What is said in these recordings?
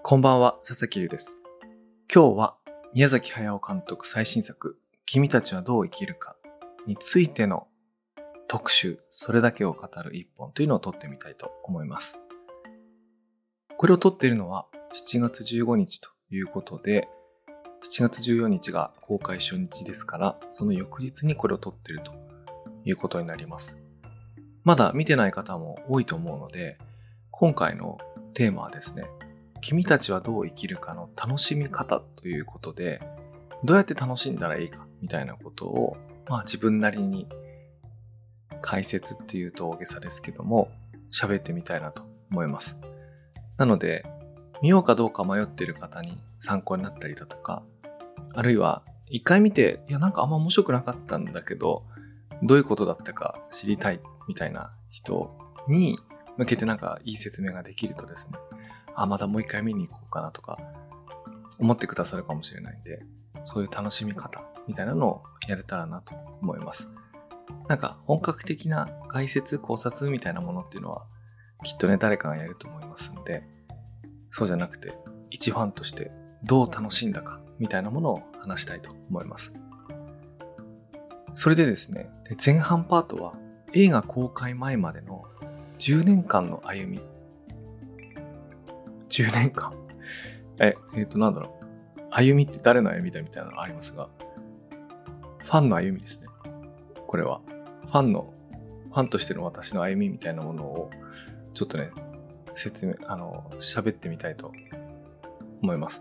こんばんは、佐々木隆です。今日は宮崎駿監督最新作、君たちはどう生きるかについての特集、それだけを語る一本というのを撮ってみたいと思います。これを撮っているのは7月15日ということで、7月14日が公開初日ですから、その翌日にこれを撮っているということになります。まだ見てない方も多いと思うので、今回のテーマはですね、君たちはどう生きるかの楽しみ方ということで、どうやって楽しんだらいいかみたいなことを、自分なりに解説っていうと大げさですけども、喋ってみたいなと思います。なので、見ようかどうか迷っている方に参考になったりだとか、あるいは一回見て、なんかあんま面白くなかったんだけど、どういうことだったか知りたいみたいな人に向けてなんかいい説明ができるとですね、またもう一回見に行こうかなとか思ってくださるかもしれないんで、そういう楽しみ方みたいなのをやれたらなと思います。なんか本格的な解説考察みたいなものっていうのはきっとね誰かがやると思いますんで、そうじゃなくて一ファンとしてどう楽しんだかみたいなものを話したいと思います。それでですね、前半パートは映画公開前までの10年間の歩み、10年間なんだろう、歩みって誰の歩みだみたいなのありますが、ファンの歩みですね。これはファンとしての私の歩みみたいなものをちょっとね喋ってみたいと思います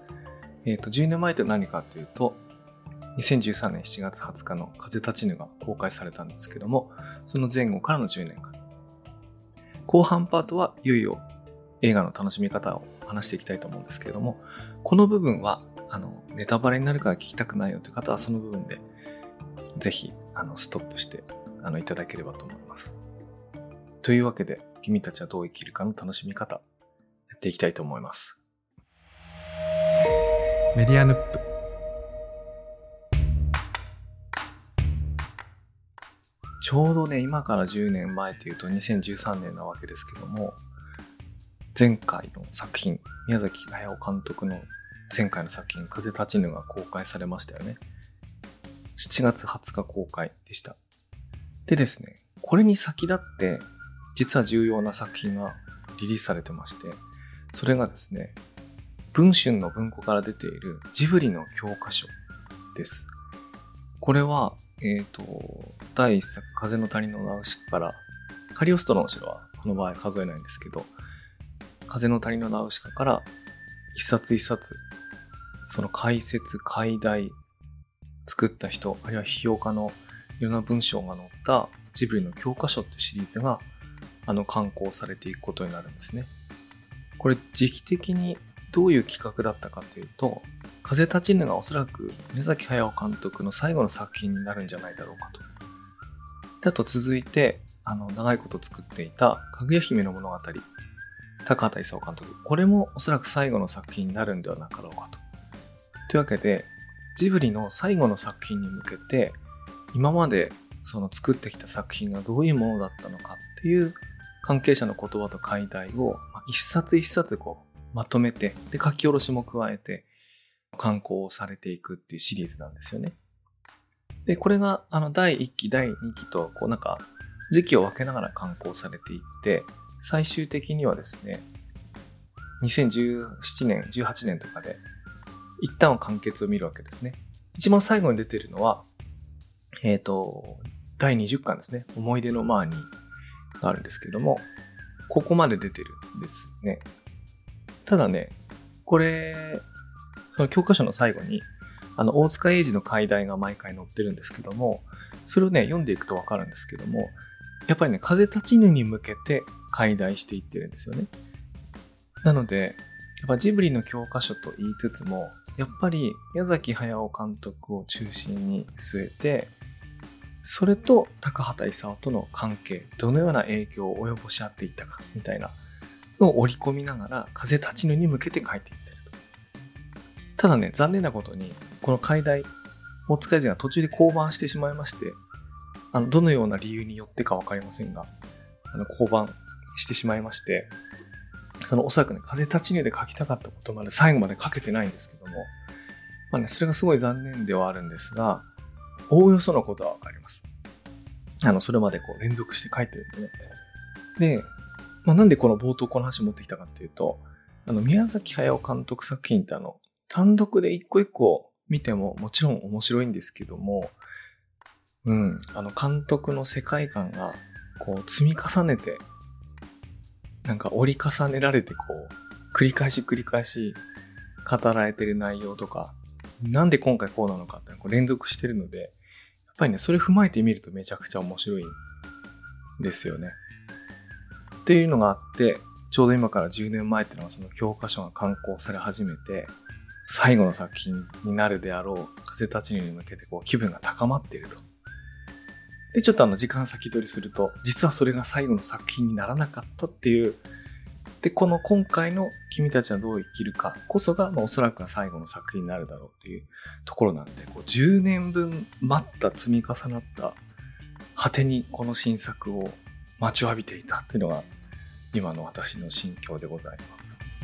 。10年前って何かというと、2013年7月20日の風立ちぬが公開されたんですけども、その前後からの10年間、後半パートはいよいよ映画の楽しみ方を話していきたいと思うんですけれども、この部分はネタバレになるから聞きたくないよという方はその部分でぜひストップしていただければと思います。というわけで、君たちはどう生きるかの楽しみ方やっていきたいと思います。 メディアヌップ。 ちょうどね、今から10年前というと2013年なわけですけども、前回の作品、宮崎駿監督の前回の作品、風立ちぬが公開されましたよね。7月20日公開でした。でですね、これに先立って、実は重要な作品がリリースされてまして、それがですね、文春の文庫から出ているジブリの教科書です。これは、第1作、風の谷のナウシカから、カリオストロの城はこの場合数えないんですけど、風の谷のナウシカから一冊一冊、その解説、解題、作った人、あるいは批評家のいろんな文章が載ったジブリの教科書っていうシリーズが刊行されていくことになるんですね。これ時期的にどういう企画だったかというと、風立ちぬがおそらく宮崎駿監督の最後の作品になるんじゃないだろうかと。で、あと続いて長いこと作っていたかぐや姫の物語、高畑勲監督、これもおそらく最後の作品になるんではなかろうかと。というわけで、ジブリの最後の作品に向けて、今までその作ってきた作品がどういうものだったのかっていう関係者の言葉と解題を一冊一冊まとめて、で書き下ろしも加えて刊行されていくっていうシリーズなんですよね。で、これが第1期、第2期と時期を分けながら刊行されていって、最終的にはですね、2017年、18年とかで一旦は完結を見るわけですね。一番最後に出ているのは、第20巻ですね。思い出のマーニーがあるんですけども、ここまで出てるんですね。ただね、これ、その教科書の最後に、大塚英治の解題が毎回載ってるんですけども、それをね、読んでいくとわかるんですけども、やっぱりね、風立ちぬに向けて解題していってるんですよね。なので、やっぱジブリの教科書と言いつつも、やっぱり宮崎駿監督を中心に据えて、それと高畑勲との関係、どのような影響を及ぼし合っていったかみたいなのを織り込みながら風立ちぬに向けて書いていってると。ただね、残念なことにこの解題、大塚英治が途中で降板してしまいまして、どのような理由によってかわかりませんが、降板してしまいまして、 そのおそらくね、風立ちぬで書きたかったことまで最後まで書けてないんですけども、まあね、それがすごい残念ではあるんですが、おおよそのことはわかります。それまでこう連続して書いてるんでね。で、なんでこの冒頭この話持ってきたかっていうと、宮崎駿監督作品って単独で一個一個見てももちろん面白いんですけども、監督の世界観がこう積み重ねて、なんか折り重ねられてこう、繰り返し語られてる内容とか、なんで今回こうなのかってこう連続してるので、やっぱりね、それ踏まえてみるとめちゃくちゃ面白いんですよね。っていうのがあって、ちょうど今から10年前っていうのはその教科書が刊行され始めて、最後の作品になるであろう風立ちぬに向けてこう気分が高まっていると。で、ちょっと時間先取りすると、実はそれが最後の作品にならなかったっていう。で、この今回の君たちはどう生きるかこそが、おそらくは最後の作品になるだろうっていうところなんで、こう10年分待った積み重なった果てにこの新作を待ちわびていたっていうのが今の私の心境でございます。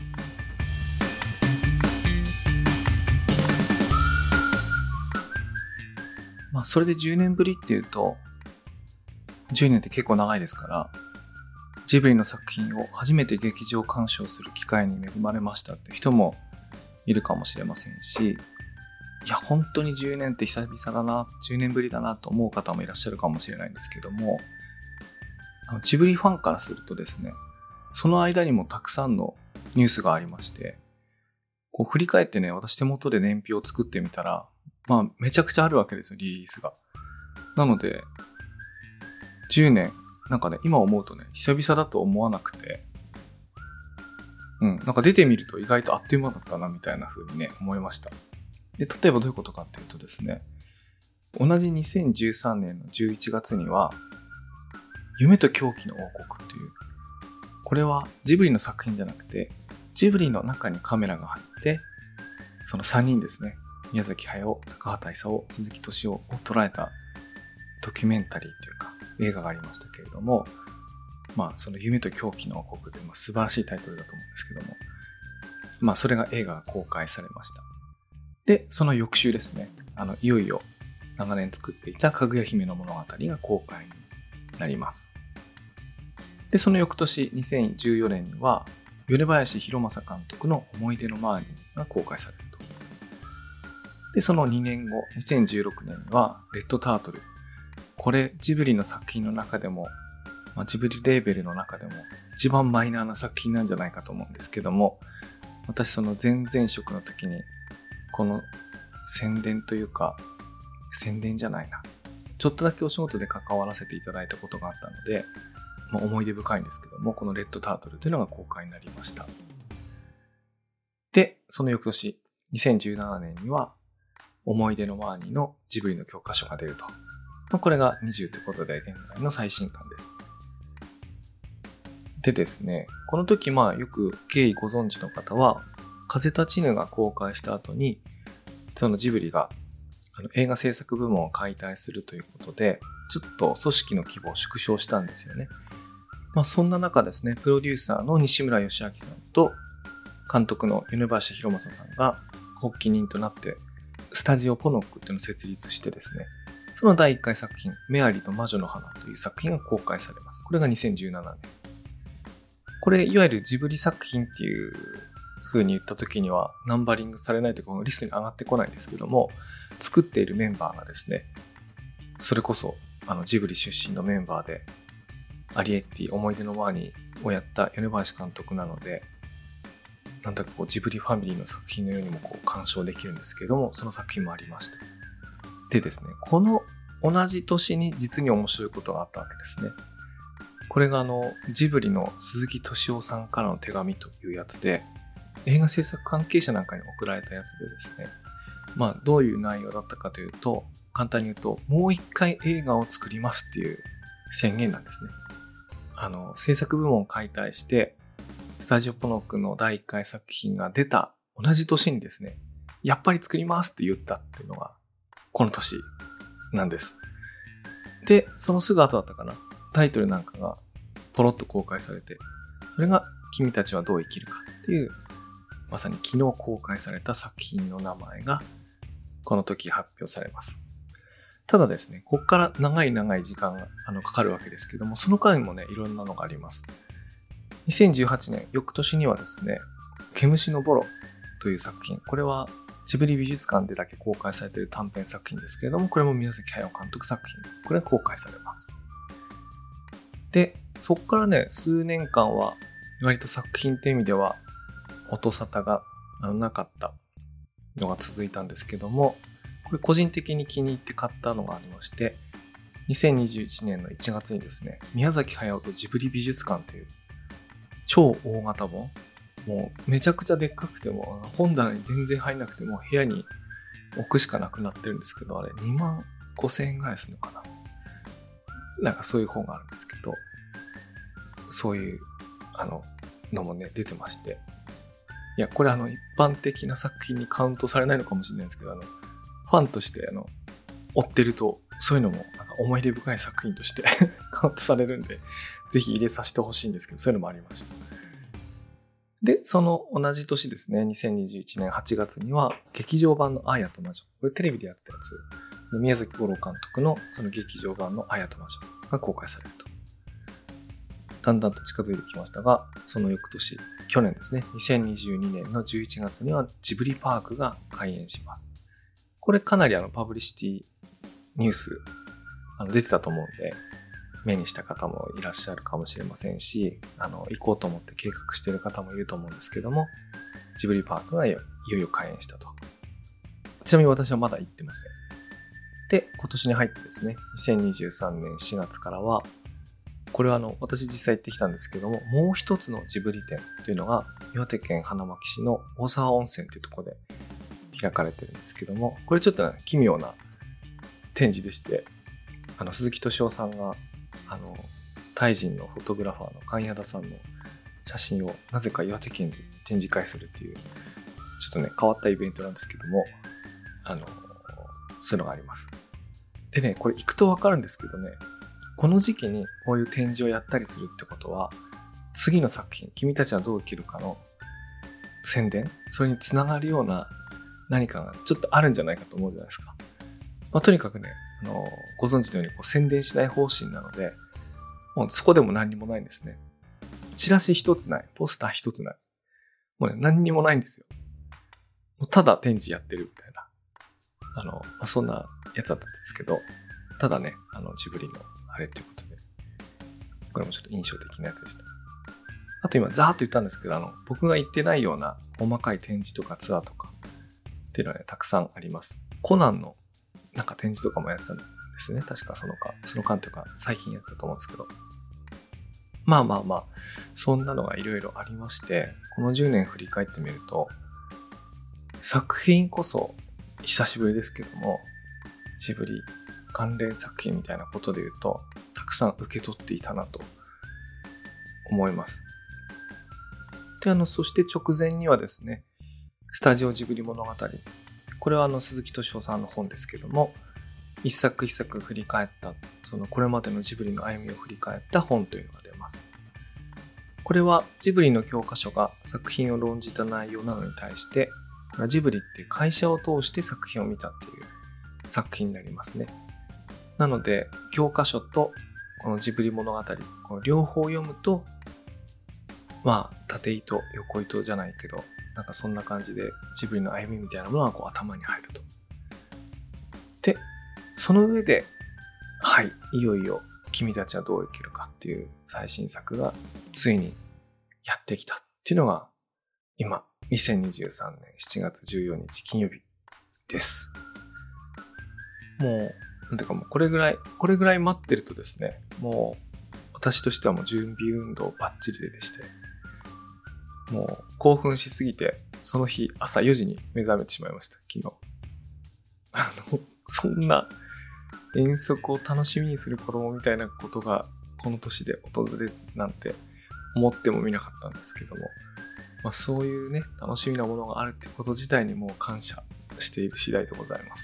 それで10年ぶりっていうと、10年って結構長いですから、ジブリの作品を初めて劇場鑑賞する機会に恵まれましたって人もいるかもしれませんし、いや本当に10年って久々だな、10年ぶりだなと思う方もいらっしゃるかもしれないんですけども、ジブリファンからするとですね、その間にもたくさんのニュースがありまして、こう振り返ってね、私手元で年表を作ってみたら、めちゃくちゃあるわけですよ、リリースが。なので、10年、なんかね、今思うとね、久々だと思わなくて、なんか出てみると意外とあっという間だったな、みたいな風にね、思いました。で、例えばどういうことかっていうとですね、同じ2013年の11月には、夢と狂気の王国っていう、これはジブリの作品じゃなくて、ジブリの中にカメラが入って、その3人ですね、宮崎駿、高畑勲、鈴木敏夫を捉えたドキュメンタリーというか映画がありましたけれども、その夢と狂気の王国で素晴らしいタイトルだと思うんですけども、それが映画が公開されました。で、その翌週ですね、いよいよ長年作っていたかぐや姫の物語が公開になります。で、その翌年、2014年には、米林弘正監督の思い出のマーニーが公開されると。で、その2年後、2016年には、レッドタートル。これ、ジブリの作品の中でも、ジブリレーベルの中でも、一番マイナーな作品なんじゃないかと思うんですけども、私その前々職の時に、この宣伝というか、宣伝じゃないな。ちょっとだけお仕事で関わらせていただいたことがあったので、思い出深いんですけども、このレッドタートルというのが公開になりました。で、その翌年、2017年には、思い出のマーニーのジブリの教科書が出ると。これが20ということで、現在の最新刊です。でですね、この時よく経緯ご存知の方は、風立ちぬが公開した後に、そのジブリが映画制作部門を解体するということで、ちょっと組織の規模を縮小したんですよね。そんな中ですね、プロデューサーの西村義明さんと監督の米林弘正さんが発起人となって、スタジオポノックっていうのを設立してですね、その第1回作品、メアリと魔女の花という作品が公開されます。これが2017年。これ、いわゆるジブリ作品っていう風に言った時にはナンバリングされないというか、このリストに上がってこないんですけども、作っているメンバーがですね、それこそジブリ出身のメンバーで、アリエッティ、思い出のマーニーをやった米林監督なので、なんだかジブリファミリーの作品のようにも鑑賞できるんですけれども、その作品もありました。でですね、この同じ年に実に面白いことがあったわけですね。これがジブリの鈴木敏夫さんからの手紙というやつで、映画制作関係者なんかに送られたやつでですね、どういう内容だったかというと、簡単に言うと、もう一回映画を作りますっていう宣言なんですね。制作部門を解体して、スタジオポノックの第1回作品が出た同じ年にですね、やっぱり作りますって言ったっていうのが、この年なんです。で、そのすぐ後だったかな、タイトルなんかがポロッと公開されて、それが君たちはどう生きるかっていう、まさに昨日公開された作品の名前がこの時発表されます。ただですね、ここから長い時間がかかるわけですけども、その間にもね、いろんなのがあります。2018年、翌年にはですね、毛虫のボロという作品、これはジブリ美術館でだけ公開されている短編作品ですけれども、これも宮崎駿監督作品、これが公開されます。で、そこからね、数年間は割と作品という意味では音沙汰がなかったのが続いたんですけども、これ個人的に気に入って買ったのがありまして、2021年の1月にですね、宮崎駿とジブリ美術館という超大型本、もうめちゃくちゃでっかくても本棚に全然入んなくても部屋に置くしかなくなってるんですけど、あれ25,000円ぐらいするのかな、なんかそういう本があるんですけど、そういうのもね出てまして、いやこれ一般的な作品にカウントされないのかもしれないんですけど、ファンとして追ってるとそういうのもなんか思い出深い作品としてカウントされるんで、ぜひ入れさせてほしいんですけど、そういうのもありました。で、その同じ年ですね、2021年8月には劇場版のアーヤと魔女、これテレビでやってたやつ、その宮崎吾郎監督のその劇場版のアーヤと魔女が公開されると。だんだんと近づいてきましたが、その翌年、去年ですね、2022年の11月にはジブリパークが開園します。これかなりパブリシティニュース出てたと思うんで、目にした方もいらっしゃるかもしれませんし、行こうと思って計画している方もいると思うんですけども、ジブリパークがいよいよ開園したと。ちなみに私はまだ行ってません。で、今年に入ってですね、2023年4月からは、これは私実際行ってきたんですけども、もう一つのジブリ展というのが、岩手県花巻市の大沢温泉というところで開かれてるんですけども、これちょっとね、奇妙な展示でして、鈴木敏夫さんが、タイ人のフォトグラファーの神谷田さんの写真をなぜか岩手県で展示会するっていう、ちょっとね、変わったイベントなんですけども、そういうのがあります。でね、これ行くとわかるんですけどね、この時期にこういう展示をやったりするってことは、次の作品、君たちはどう生きるかの宣伝、それにつながるような何かがちょっとあるんじゃないかと思うじゃないですか。とにかくね、ご存知のように宣伝しない方針なので、もうそこでも何にもないんですね。チラシ一つない、ポスター一つない。もうね、何にもないんですよ。もうただ展示やってるみたいな。そんなやつだったんですけど、ただね、ジブリのあれっていうことで、これもちょっと印象的なやつでした。あと今、ざーっと言ったんですけど、僕が行ってないような細かい展示とかツアーとかっていうのはね、たくさんあります。コナンのなんか展示とかもやってたんですね。確かその間というか最近やってたと思うんですけど。まあ、そんなのがいろいろありまして、この10年振り返ってみると、作品こそ久しぶりですけども、ジブリ関連作品みたいなことで言うと、たくさん受け取っていたなと思います。で、そして直前にはですね、スタジオジブリ物語。これは鈴木敏夫さんの本ですけども、一作一作振り返った、これまでのジブリの歩みを振り返った本というのが出ます。これはジブリの教科書が作品を論じた内容なのに対して、ジブリって会社を通して作品を見たっていう作品になりますね。なので、教科書とこのジブリ物語、この両方読むと、縦糸、横糸じゃないけど、なんかそんな感じでジブリの歩みみたいなものが頭に入ると。で、その上で、はい、いよいよ君たちはどう生きるかっていう最新作がついにやってきたっていうのが今、2023年7月14日金曜日です。もうこれぐらい待ってるとですね、もう私としてはもう準備運動バッチリでして、もう興奮しすぎて、その日朝4時に目覚めてしまいました、昨日。そんな遠足を楽しみにする子供みたいなことがこの年で訪れるなんて思ってもみなかったんですけども、そういうね、楽しみなものがあるってこと自体にもう感謝している次第でございます。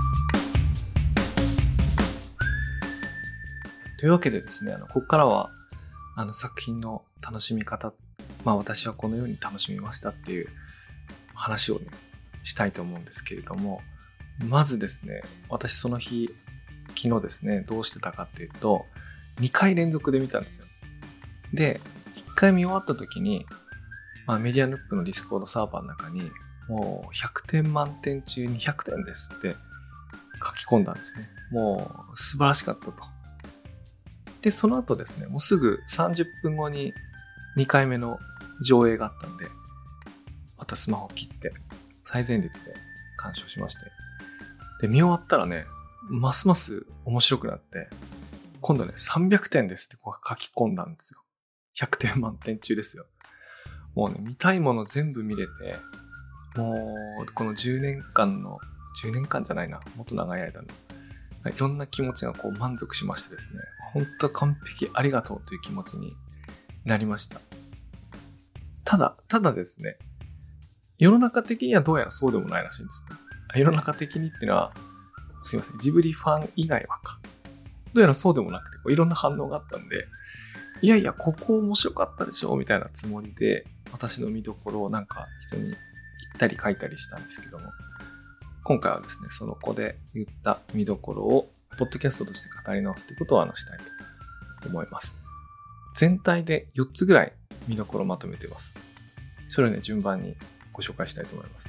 というわけでですね、ここからは作品の楽しみ方、私はこのように楽しみましたっていう話をね、したいと思うんですけれども、まずですね、私その日、昨日ですね、どうしてたかっていうと、2回連続で見たんですよ。で、1回見終わった時に、メディアヌップのディスコードサーバーの中に、もう100点満点中200点ですって書き込んだんですね。もう素晴らしかったと。で、その後ですね、もうすぐ30分後に2回目の上映があったんで、またスマホを切って最前列で鑑賞しまして。で、見終わったらね、ますます面白くなって、今度ね、300点ですってこう書き込んだんですよ。100点満点中ですよ。もうね、見たいもの全部見れて、もう、この10年間じゃないな、もっと長い間の、いろんな気持ちがこう満足しましてですね、本当完璧ありがとうという気持ちになりました。ただですね、世の中的にはどうやらそうでもないらしいんですね。世の中的にっていうのは、すいません、ジブリファン以外はか。どうやらそうでもなくて、いろんな反応があったんで、いやいや、ここ面白かったでしょみたいなつもりで、私の見どころをなんか人に言ったり書いたりしたんですけども、今回はですね、その子で言った見どころを、ポッドキャストとして語り直すということをしたいと思います。全体で4つぐらい見どころをまとめています。それをね、順番にご紹介したいと思います。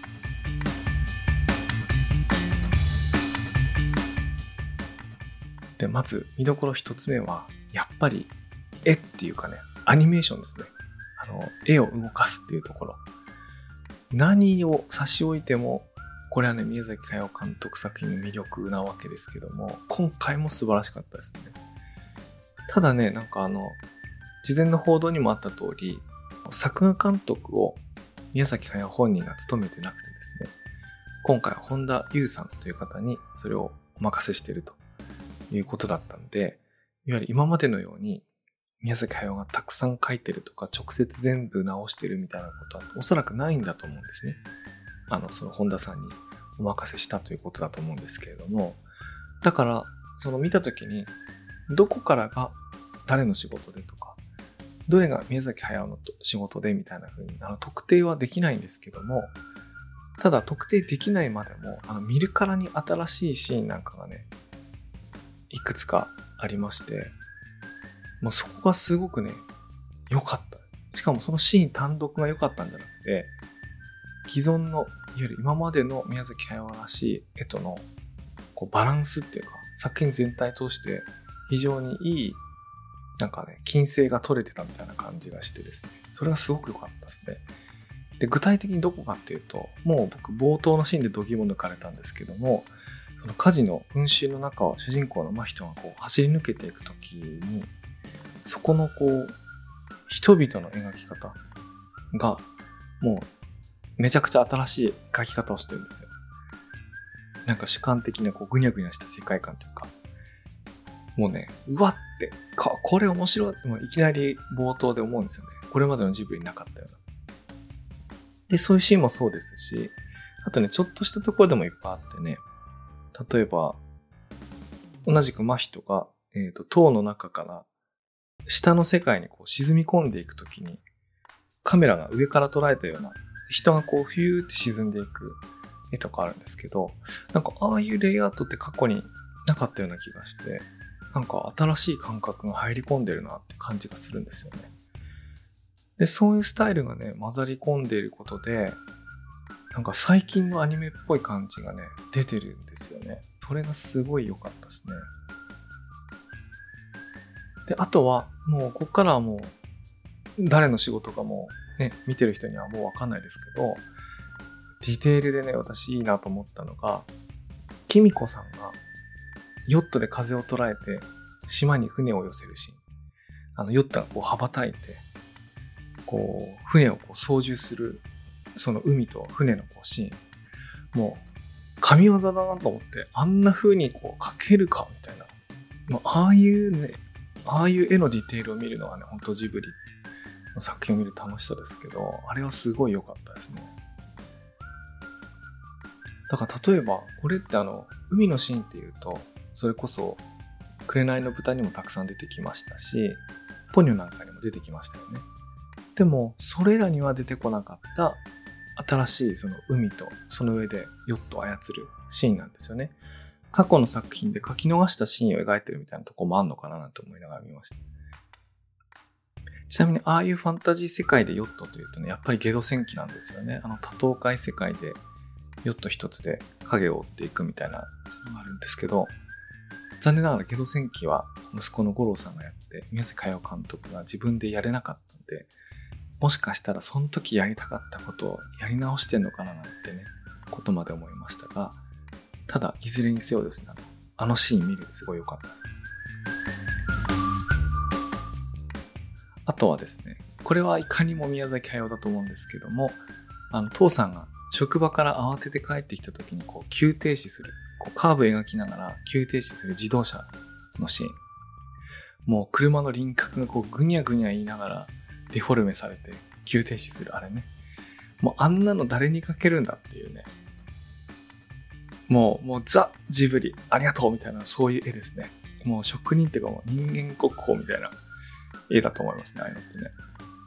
で、まず見どころ1つ目は、やっぱり絵っていうかね、アニメーションですね。絵を動かすっていうところ。何を差し置いても、これはね、宮崎駿監督作品の魅力なわけですけども、今回も素晴らしかったですね。ただね、なんか事前の報道にもあった通り、作画監督を宮崎駿本人が務めてなくてですね、今回は本田優さんという方にそれをお任せしているということだったんで、いわゆる今までのように宮崎駿がたくさん書いてるとか直接全部直してるみたいなことはおそらくないんだと思うんですね。その本田さんにお任せしたということだと思うんですけれども、だからその見たときにどこからが誰の仕事でとか、どれが宮崎駿の仕事でみたいな風に特定はできないんですけども、ただ特定できないまでも見るからに新しいシーンなんかがね、いくつかありまして、もうそこがすごくね、良かった。しかもそのシーン単独が良かったんじゃなくて、既存のいわゆる今までの宮崎駿らしい絵とのこうバランスっていうか、作品全体通して非常にいいなんかね、均整が取れてたみたいな感じがしてですね、それがすごく良かったですね。で、具体的にどこかっていうと、もう僕冒頭のシーンで度肝抜かれたんですけども、その火事の群衆の中を主人公の真人がこう走り抜けていくときに、そこのこう人々の描き方がもうめちゃくちゃ新しい描き方をしてるんですよ。なんか主観的なこうぐにゃぐにゃした世界観というか、もうね、うわってこれ面白いってもういきなり冒頭で思うんですよね。これまでのジブリになかったような。で、そういうシーンもそうですし、あとね、ちょっとしたところでもいっぱいあってね、例えば、同じく真人が、塔の中から下の世界にこう沈み込んでいくときに、カメラが上から捉えたような、人がこうフューって沈んでいく絵とかあるんですけど、なんかああいうレイアウトって過去になかったような気がして、なんか新しい感覚が入り込んでるなって感じがするんですよね。で、そういうスタイルがね、混ざり込んでいることで、なんか最近のアニメっぽい感じがね、出てるんですよね。それがすごい良かったですね。で、あとは、もう、ここからはもう、誰の仕事かもね、見てる人にはもうわかんないですけど、ディテールでね、私いいなと思ったのが、キミコさんが、ヨットで風を捉えて、島に船を寄せるシーン。ヨットがこう羽ばたいて、こう、船をこう操縦する、その海と船のこうシーン。もう、神業だなと思って、あんな風にこう描けるかみたいな。もうああいう絵のディテールを見るのはね、本当ジブリの作品を見る楽しさですけど、あれはすごい良かったですね。だから例えば、これって海のシーンっていうと、それこそ、紅の豚にもたくさん出てきましたし、 ポニョなんかにも出てきましたよね。でもそれらには出てこなかった新しいその海とその上でヨットを操るシーンなんですよね。過去の作品で書き逃したシーンを描いてるみたいなとこもあんのかななんて思いながら見ました。ちなみにああいうファンタジー世界でヨットというとね、やっぱりゲド戦記なんですよね。多島海世界でヨット一つで影を追っていくみたいなそれがあるんですけど、残念ながらゲド戦記は息子の五郎さんがやって宮崎駿監督が自分でやれなかったんで、もしかしたらその時やりたかったことをやり直してんのかななんてね、ことまで思いましたが、ただいずれにせよですね、あのシーン見れてすごい良かったです。あとはですね、これはいかにも宮崎駿だと思うんですけども、父さんが職場から慌てて帰ってきた時にこう急停止する、こうカーブ描きながら急停止する自動車のシーン。もう車の輪郭がこうぐにゃぐにゃ言いながらデフォルメされて急停止するあれね。もうあんなの誰に描けるんだっていうね。もうザ・ジブリありがとうみたいなそういう絵ですね。もう職人っていうかもう人間国宝みたいな絵だと思いますね、ああいうのってね。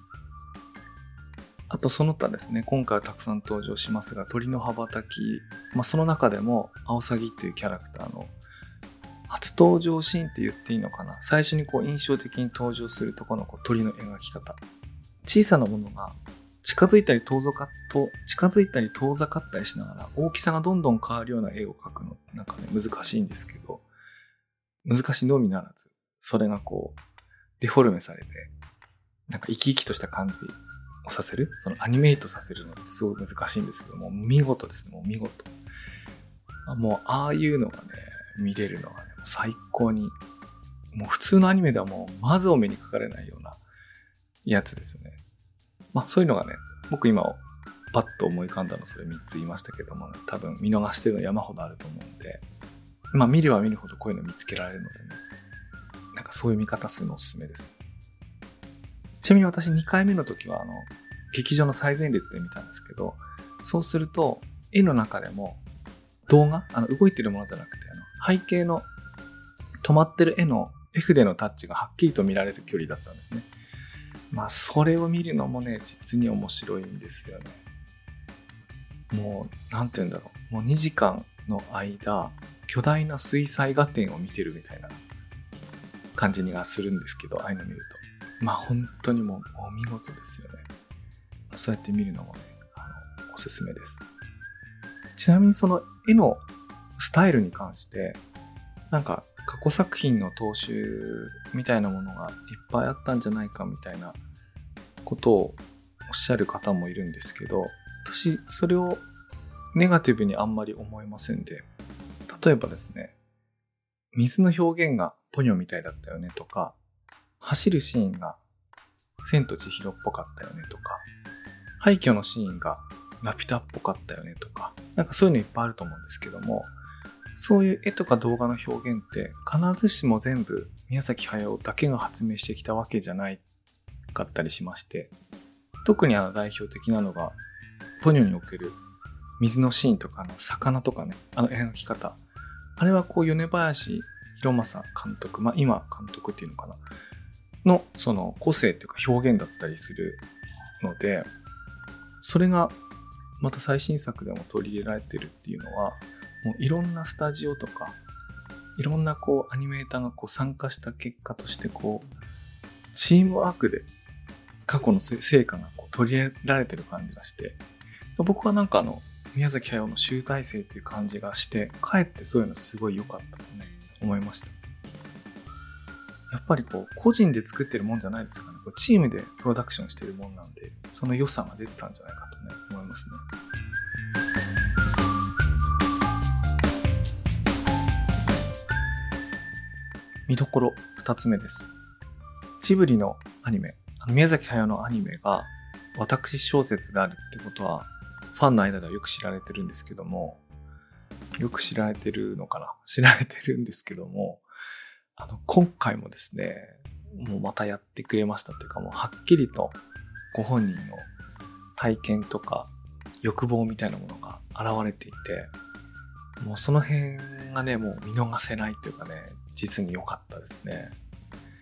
あとその他ですね、今回はたくさん登場しますが、鳥の羽ばたき、その中でもアオサギっていうキャラクターの初登場シーンって言っていいのかな、最初にこう印象的に登場するところのこう鳥の描き方、小さなものが近づいたり遠ざかったりしながら大きさがどんどん変わるような絵を描くのなんかね難しいんですけど、難しいのみならずそれがこうデフォルメされてなんか生き生きとした感じをさせる、そのアニメイトさせるのってすごい難しいんですけども、見事ですね。もう見事。もうああいうのがね見れるのがね最高に、もう普通のアニメではもうまずお目にかかれないようなやつですよね。そういうのがね、僕今パッと思い浮かんだのそれ3つ言いましたけども、多分見逃してるの山ほどあると思うんで、見れば見るほどこういうの見つけられるのでね、なんかそういう見方するのおすすめです。ちなみに私2回目の時は劇場の最前列で見たんですけど、そうすると絵の中でも動画動いてるものじゃなくて背景の止まってる絵の絵筆のタッチがはっきりと見られる距離だったんですね。それを見るのもね実に面白いんですよね。もうなんて言うんだろう、もう2時間の間巨大な水彩画展を見てるみたいな感じがするんですけど、ああいうの見ると本当にもうお見事ですよね。そうやって見るのもねおすすめです。ちなみにその絵のスタイルに関してなんか過去作品の踏襲みたいなものがいっぱいあったんじゃないかみたいなことをおっしゃる方もいるんですけど、私それをネガティブにあんまり思いませんで、例えばですね、水の表現がポニョみたいだったよねとか、走るシーンが千と千尋っぽかったよねとか、廃墟のシーンがラピュタっぽかったよねとか、なんかそういうのいっぱいあると思うんですけども、そういう絵とか動画の表現って必ずしも全部宮崎駿だけが発明してきたわけじゃないかったりしまして、特に代表的なのがポニョにおける水のシーンとか魚とかね、描き方、あれはこう米林弘正監督、今監督っていうのかなのその個性っていうか表現だったりするので、それがまた最新作でも取り入れられてるっていうのは、もういろんなスタジオとかいろんなこうアニメーターがこう参加した結果としてこうチームワークで過去の成果がこう取り入れられてる感じがして、僕はなんか宮崎駿の集大成っていう感じがして、かえってそういうのすごい良かったとね思いました。やっぱりこう個人で作ってるもんじゃないですかね。こうチームでプロダクションしてるもんなんで、その良さが出てたんじゃないかとね思いますね。見どころ2つ目です。ジブリのアニメ、宮崎駿のアニメが私小説であるってことはファンの間ではよく知られてるんですけども、よく知られてるのかな、知られてるんですけども、今回もですね、もうまたやってくれましたというか、もうはっきりとご本人の体験とか欲望みたいなものが現れていて、もうその辺がね、もう見逃せないというかね、実に良かったですね。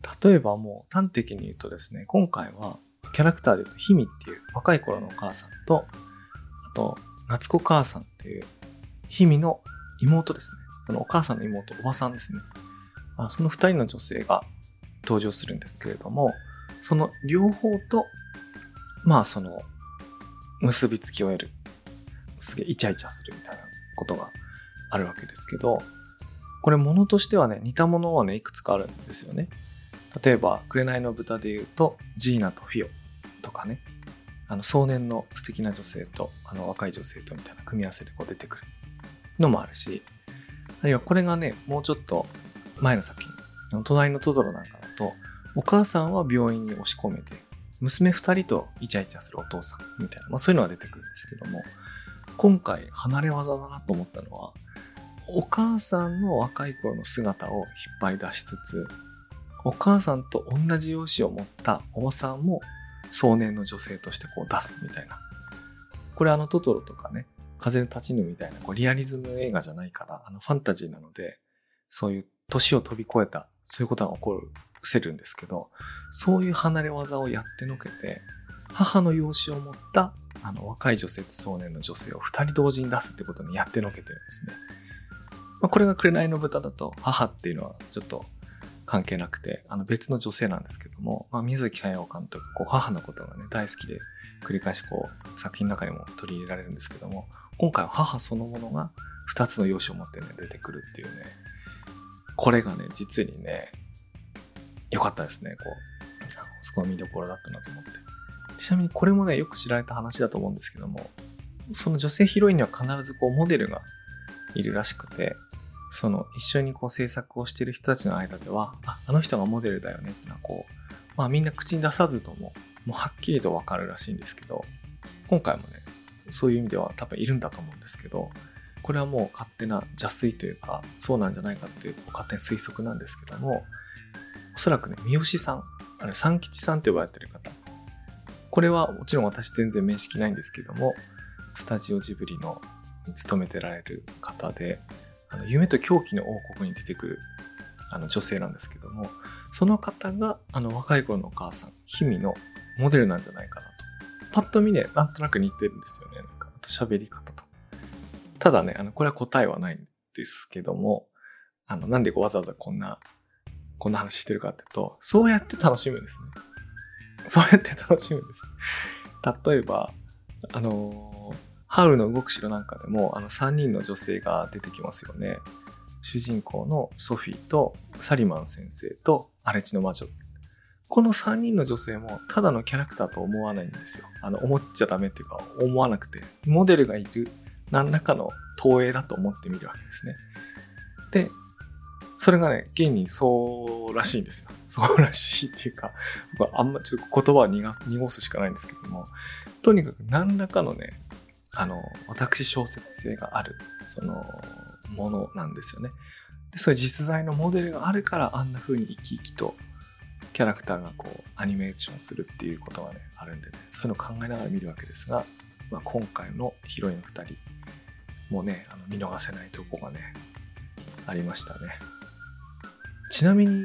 例えばもう端的に言うとですね、今回はキャラクターで言うとひみっていう若い頃のお母さんと、あと夏子母さんっていうひみの妹ですね。そのお母さんの妹、おばさんですね。その二人の女性が登場するんですけれども、その両方とその結びつきを得る、すげえイチャイチャするみたいなことがあるわけですけど、これ物としてはね、似たものはね、いくつかあるんですよね。例えば紅の豚で言うとジーナとフィオとかね、壮年の素敵な女性と若い女性とみたいな組み合わせでこう出てくるのもあるし、あるいはこれがね、もうちょっと前の作品、隣のトトロなんかだと、お母さんは病院に押し込めて娘二人とイチャイチャするお父さんみたいな、そういうのが出てくるんですけども、今回離れ技だなと思ったのは、お母さんの若い頃の姿を引っ張り出しつつ、お母さんと同じ容姿を持ったおばさんも壮年の女性としてこう出すみたいな。これトトロとかね、風立ちぬみたいなこうリアリズム映画じゃないから、ファンタジーなので、そういう年を飛び越えた、そういうことが起こる、せるんですけど、そういう離れ技をやってのけて、母の容姿を持った若い女性と壮年の女性を二人同時に出すってことにやってのけてるんですね。これが紅の豚だと母っていうのはちょっと関係なくて、別の女性なんですけども、宮崎駿監督、母のことがね、大好きで、繰り返し作品の中にも取り入れられるんですけども、今回は母そのものが二つの容姿を持ってね、出てくるっていうね、これがね、実にね、良かったですね、そこの見どころだったなと思って。ちなみにこれもね、よく知られた話だと思うんですけども、その女性ヒロインには必ずモデルがいるらしくて、一緒に制作をしている人たちの間では、あの人がモデルだよねっていうのはみんな口に出さずともうはっきりとわかるらしいんですけど、今回もね、そういう意味では多分いるんだと思うんですけど、これはもう勝手な邪推というか、そうなんじゃないかっていう勝手な推測なんですけども、おそらくね、三好さん、三吉さんと呼ばれている方、これはもちろん私全然面識ないんですけども、スタジオジブリに勤めてられる方で、夢と狂気の王国に出てくる女性なんですけども、その方が若い頃のお母さん、ひみのモデルなんじゃないかなと。パッと見ね、なんとなく似てるんですよね。あと喋り方と。ただね、これは答えはないんですけども、なんでわざわざこんな話してるかっていうと、そうやって楽しむんですね。そうやって楽しむんです。例えば、ハウルの動く城なんかでも3人の女性が出てきますよね。主人公のソフィーとサリマン先生と荒地の魔女。この3人の女性もただのキャラクターと思わないんですよ。思っちゃダメっていうか思わなくて、モデルがいる何らかの投影だと思ってみるわけですね。で、それがね、現にそうらしいんですよ。そうらしいっていうか、僕はあんまちょっと言葉を濁すしかないんですけども、とにかく何らかのね、私小説性がある、ものなんですよね。で、そういう実在のモデルがあるから、あんな風に生き生きとキャラクターがアニメーションするっていうことがね、あるんでね、そういうのを考えながら見るわけですが、今回のヒロイン2人もね、見逃せないとこがね、ありましたね。ちなみに、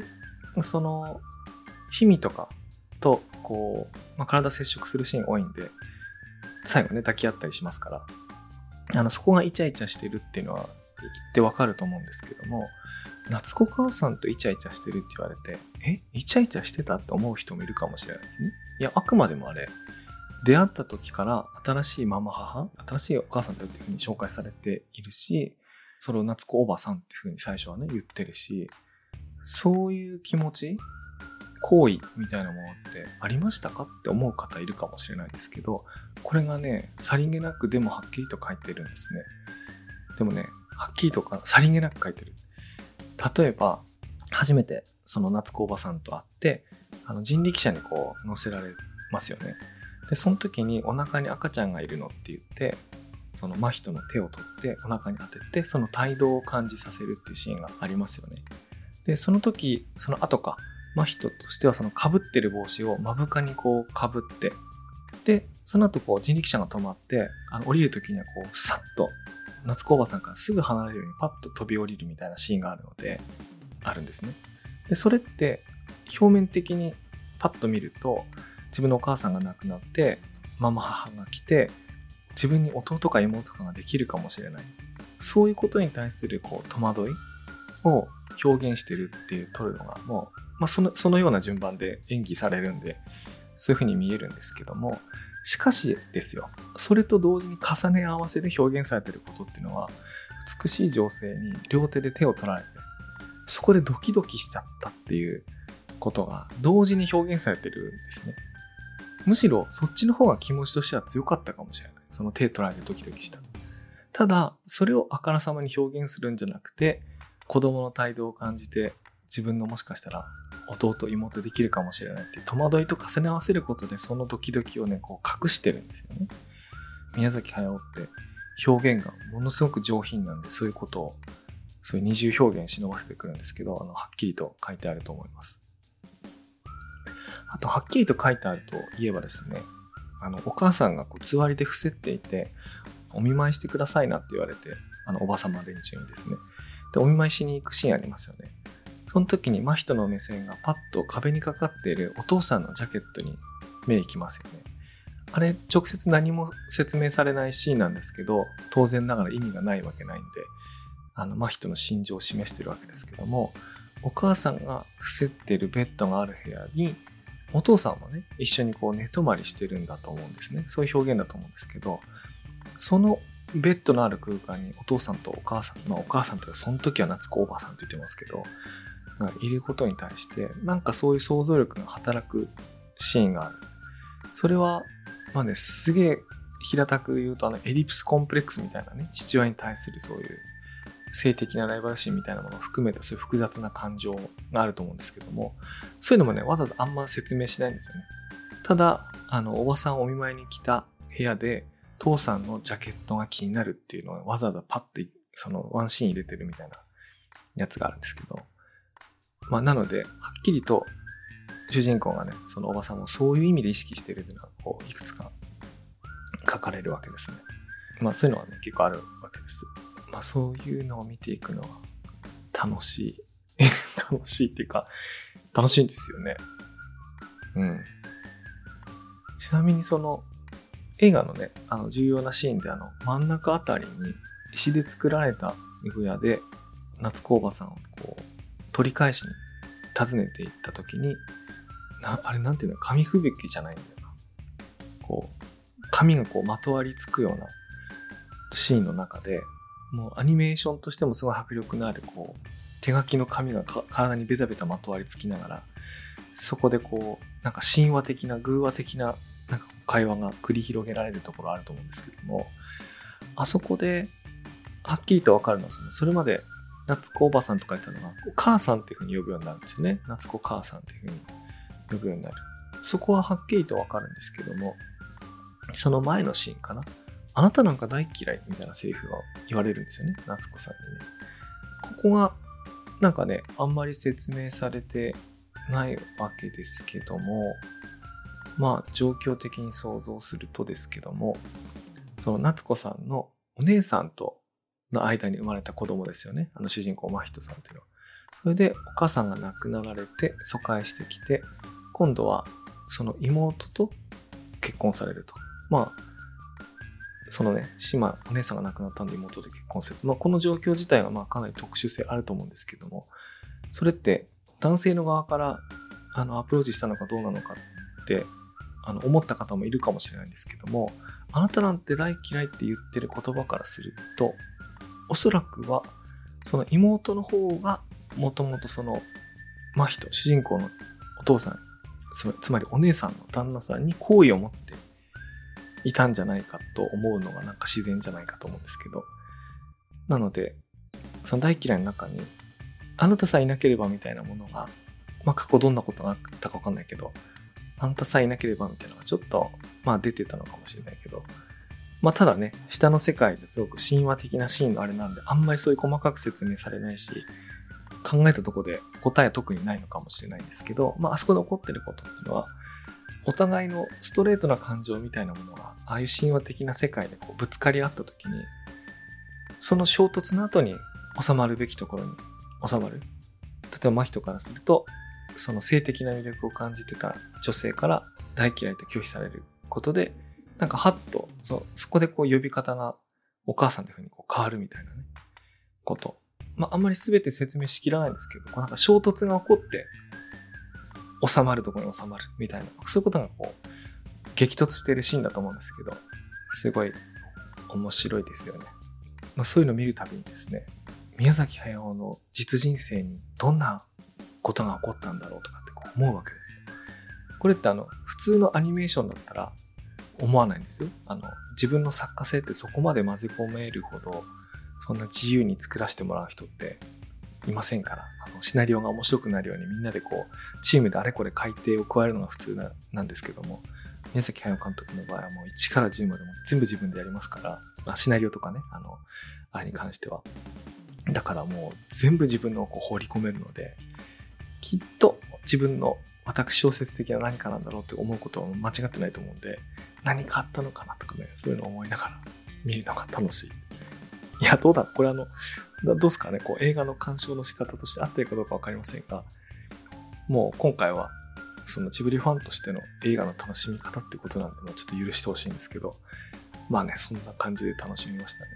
ヒミとかと、体接触するシーン多いんで、最後ね、抱き合ったりしますから、そこがイチャイチャしてるっていうのは言ってわかると思うんですけども、夏子母さんとイチャイチャしてるって言われて、イチャイチャしてたって思う人もいるかもしれないですね。いや、あくまでもあれ、出会った時から新しいママ母、新しいお母さんだっていうふうに紹介されているし、それを夏子おばさんっていうふうに最初はね、言ってるし、そういう気持ち、行為みたいなものってありましたかって思う方いるかもしれないですけど、これがね、さりげなくでもはっきりと書いてるんですね。でもね、はっきりとかさりげなく書いてる。例えば、初めてその夏子おばさんと会って、人力車に乗せられますよね。で、その時にお腹に赤ちゃんがいるのって言って、その真人の手を取ってお腹に当てて、その胎動を感じさせるっていうシーンがありますよね。で、その時、その後か、真人としてはその被ってる帽子を目深に被って、で、その後人力車が止まって、降りる時にはさっと、夏子おばさんからすぐ離れるようにパッと飛び降りるみたいなシーンがあるんですね。で、それって、 表面的にパッと見ると、自分のお母さんが亡くなってママ母が来て、自分に弟か妹かができるかもしれない、そういうことに対するこう戸惑いを表現してるっていう取るのがもう、そのような順番で演技されるんで、そういうふうに見えるんですけども、しかしですよ、それと同時に重ね合わせで表現されていることっていうのは、美しい女性に両手で手を取られて、そこでドキドキしちゃったっていうことが同時に表現されてるんですね。むしろそっちの方が気持ちとしては強かったかもしれない。その手取られてドキドキした。ただ、それをあからさまに表現するんじゃなくて、子供の態度を感じて、自分のもしかしたら弟妹できるかもしれないっていう戸惑いと重ね合わせることで、そのドキドキをね、こう隠してるんですよね。宮崎駿って表現がものすごく上品なんで、そういうことを、そういう二重表現忍ばせてくるんですけど、はっきりと書いてあると思います。あと、はっきりと書いてあるといえばですね、お母さんがこうつわりで伏せっていて、お見舞いしてくださいなって言われて、おばさま連中にですね。で、お見舞いしに行くシーンありますよね。その時に真人の目線がパッと壁にかかっているお父さんのジャケットに目いきますよね。あれ、直接何も説明されないシーンなんですけど、当然ながら意味がないわけないんで、真人の心情を示してるわけですけども、お母さんが伏せっているベッドがある部屋に、お父さんもね、一緒にこう寝泊まりしてるんだと思うんですね。そういう表現だと思うんですけど、そのベッドのある空間にお父さんとお母さん、お母さんというかその時は夏子おばさんと言ってますけど、がいることに対して、なんかそういう想像力が働くシーンがある。それは、すげえ平たく言うとエディプスコンプレックスみたいなね、父親に対するそういう性的なライバル心みたいなものを含めたそういう複雑な感情があると思うんですけども、そういうのもね、わざわざあんま説明しないんですよね。ただ、おばさんお見舞いに来た部屋で、父さんのジャケットが気になるっていうのをわざわざパッとそのワンシーン入れてるみたいなやつがあるんですけど、なので、はっきりと主人公がね、そのおばさんをそういう意味で意識しているというのがこういくつか書かれるわけですね。そういうのはね、結構あるわけです。そういうのを見ていくのは楽しい。楽しいっていうか、楽しいんですよね。うん。ちなみにその映画のね、重要なシーンで真ん中あたりに石で作られた小屋で夏子おばさんをこう取り返しに訪ねていった時に、あれなんていうの、紙吹雪じゃないんだよな。こう、紙がこうまとわりつくようなシーンの中で、もうアニメーションとしてもすごい迫力のあるこう手書きの紙が体にベタベタまとわりつきながら、そこでこうなんか神話的な偶話的ななんか会話が繰り広げられるところあると思うんですけども、あそこではっきりと分かるのはそれまで夏子おばさんとか言ったのが母さんっていう風に呼ぶようになるんですよね。夏子母さんっていう風に呼ぶようになる。そこははっきりと分かるんですけども、その前のシーンかな、あなたなんか大嫌いみたいなセリフが言われるんですよね、夏子さんにね。ここがなんかね、あんまり説明されてないわけですけども、状況的に想像するとですけども、その夏子さんのお姉さんとの間に生まれた子供ですよね。主人公真人さんっていうのは。それでお母さんが亡くなられて疎開してきて、今度はその妹と結婚されると。そのね、お姉さんが亡くなったんで妹と結婚する。この状況自体はかなり特殊性あると思うんですけども、それって男性の側からアプローチしたのかどうなのかって思った方もいるかもしれないんですけども、あなたなんて大嫌いって言ってる言葉からすると、おそらくはその妹の方がもともとその真人、主人公のお父さん、つまりお姉さんの旦那さんに好意を持っていたんじゃないかと思うのがなんか自然じゃないかと思うんですけど、なのでその大嫌いの中にあなたさえいなければみたいなものが、過去どんなことがあったか分かんないけど、あなたさえいなければみたいなのがちょっと出てたのかもしれないけど、ただね、下の世界ですごく神話的なシーンのあれなんで、あんまりそういう細かく説明されないし、考えたところで答えは特にないのかもしれないんですけど、あそこで起こってることっていうのは、お互いのストレートな感情みたいなものが、ああいう神話的な世界でこうぶつかり合った時に、その衝突の後に収まるべきところに収まる。例えば真人からすると、 その性的な魅力を感じてた女性から大嫌いと拒否されることで、なんかハッとそこでこう呼び方がお母さんっていう風にこう変わるみたいなね、こと。あんまり全て説明しきらないんですけど、なんか衝突が起こって収まるところに収まるみたいな、そういうことがこう激突しているシーンだと思うんですけど、すごい面白いですよね。そういうのを見るたびにですね、宮崎駿の実人生にどんなことが起こったんだろうとかってこう思うわけですよ。これって普通のアニメーションだったら思わないんですよ。自分の作家性ってそこまで混ぜ込めるほどそんな自由に作らせてもらう人っていませんから、シナリオが面白くなるようにみんなでこうチームであれこれ改訂を加えるのが普通なんですけども、宮崎駿監督の場合はもう1から10までも全部自分でやりますから、シナリオとかね、あれに関しては。だからもう全部自分のこう放り込めるので、きっと自分の私小説的な何かなんだろうって思うことは間違ってないと思うんで、何かあったのかなとかね、そういうのを思いながら見るのが楽しい。いや、どうだこれどうですかね、こう映画の鑑賞の仕方として合ってるかどうかわかりませんが、もう今回はそのジブリファンとしての映画の楽しみ方ってことなんで、ちょっと許してほしいんですけど、そんな感じで楽しみましたね。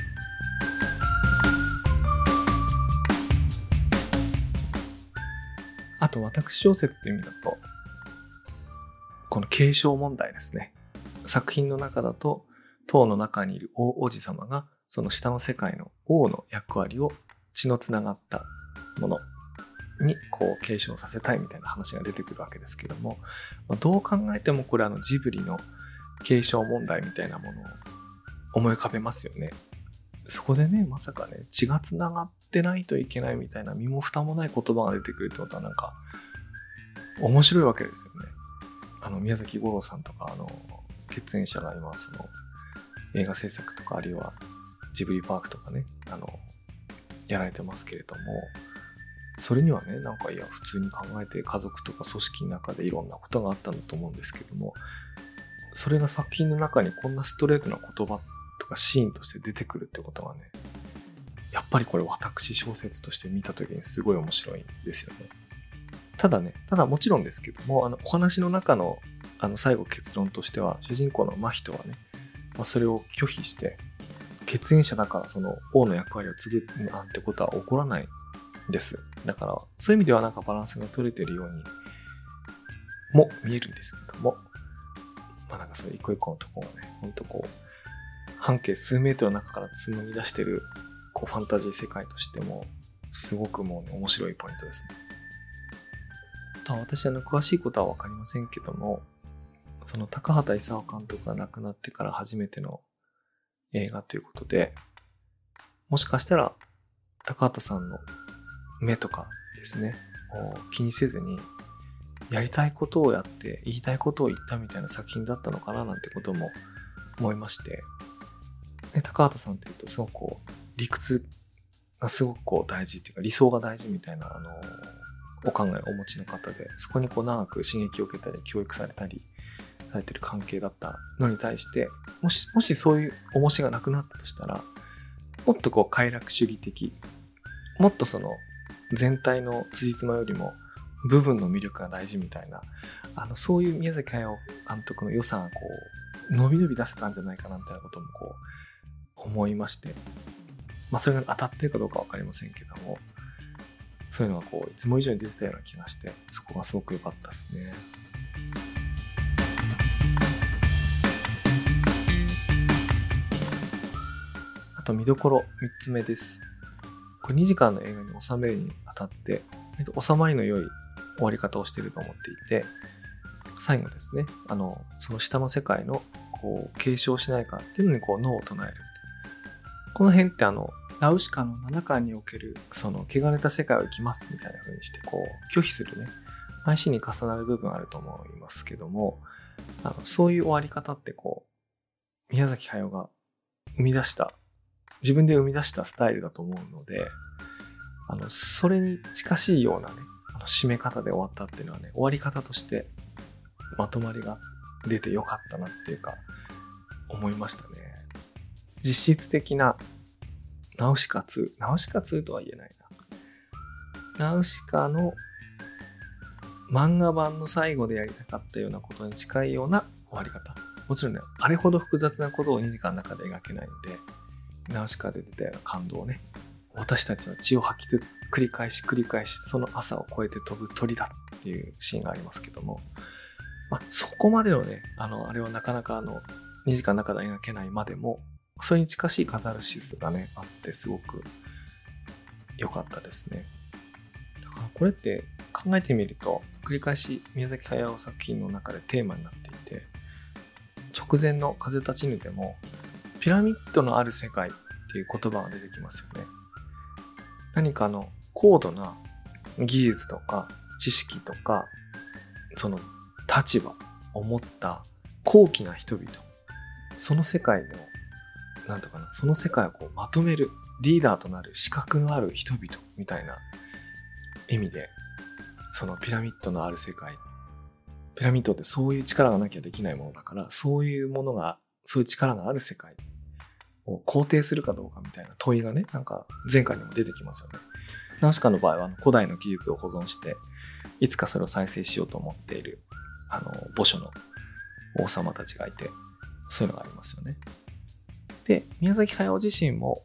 あと私小説っていう意味だと、この継承問題ですね。作品の中だと塔の中にいる大王子様がその下の世界の王の役割を血のつながったものにこう継承させたいみたいな話が出てくるわけですけども、どう考えてもこれジブリの継承問題みたいなものを思い浮かべますよね。そこでね、まさかね、血がつながってないといけないみたいな身も蓋もない言葉が出てくるってことはなんか面白いわけですよね。宮崎吾郎さんとか血縁者が今その映画制作とかあるいはジブリパークとかねやられてますけれども、それにはね、なんか普通に考えて家族とか組織の中でいろんなことがあったんだと思うんですけども、それが作品の中にこんなストレートな言葉とかシーンとして出てくるってことはね、やっぱりこれ私小説として見た時にすごい面白いんですよね。ただもちろんですけども、お話の中の最後結論としては、主人公の真人はね、それを拒否して血縁者だからその王の役割を継ぐなんてことは起こらないです。だからそういう意味ではなんかバランスが取れているようにも見えるんですけども、なんかそういう一個一個のところがね、ほんとこう半径数メートルの中から紡ぎ出してるこうファンタジー世界としてもすごくもうね面白いポイントですね。私詳しいことは分かりませんけども、その高畑勲監督が亡くなってから初めての映画ということで、もしかしたら高畑さんの目とかですねを気にせずにやりたいことをやって言いたいことを言ったみたいな作品だったのかななんてことも思いまして、高畑さんっていうとすごくこう理屈がすごくこう大事っていうか理想が大事みたいなお考えをお持ちの方で、そこにこう長く刺激を受けたり教育されたりされてる関係だったのに対して、もしそういう重しがなくなったとしたら、もっとこう快楽主義的、もっとその全体の辻褄よりも部分の魅力が大事みたいな、そういう宮崎駿監督の良さがこう伸び伸び出せたんじゃないかなみたいなこともこう思いまして、それが当たってるかどうかわかりませんけども、そういうのがこういつも以上に出てたような気がして、そこがすごく良かったですね。あと見どころ3つ目です。これ2時間の映画に収めるにあたって、収まりの良い終わり方をしていると思っていて、最後ですね、その下の世界のこう継承しないかっていうのにこうノーを唱える。この辺ってナウシカの7巻におけるその汚れた世界を生きますみたいな風にしてこう拒否するね、愛しに重なる部分あると思いますけども、そういう終わり方ってこう宮崎駿が自分で生み出したスタイルだと思うので、それに近しいようなね締め方で終わったっていうのはね、終わり方としてまとまりが出てよかったなっていうか思いましたね。実質的なナウシカ2とは言えないな。ナウシカの漫画版の最後でやりたかったようなことに近いような終わり方。もちろんね、あれほど複雑なことを2時間の中で描けないんで、ナウシカで出たような感動をね、私たちは血を吐きつつ繰り返しその朝を越えて飛ぶ鳥だっていうシーンがありますけども、そこまでのね、あれはなかなか2時間の中で描けないまでも、それに近しいカタルシスがね、あってすごく良かったですね。だからこれって考えてみると、繰り返し宮崎駿作品の中でテーマになっていて、直前の風立ちぬでも、ピラミッドのある世界っていう言葉が出てきますよね。何か高度な技術とか知識とか、その立場を持った高貴な人々、その世界の、その世界をまとめるリーダーとなる資格のある人々みたいな意味で、そのピラミッドのある世界、ピラミッドってそういう力がなきゃできないものだから、そういう力がある世界を肯定するかどうかみたいな問いがね、前回にも出てきますよね。ナウシカの場合は古代の技術を保存して、いつかそれを再生しようと思っている、墓所の王様たちがいて、そういうのがありますよね。で、宮崎駿自身も、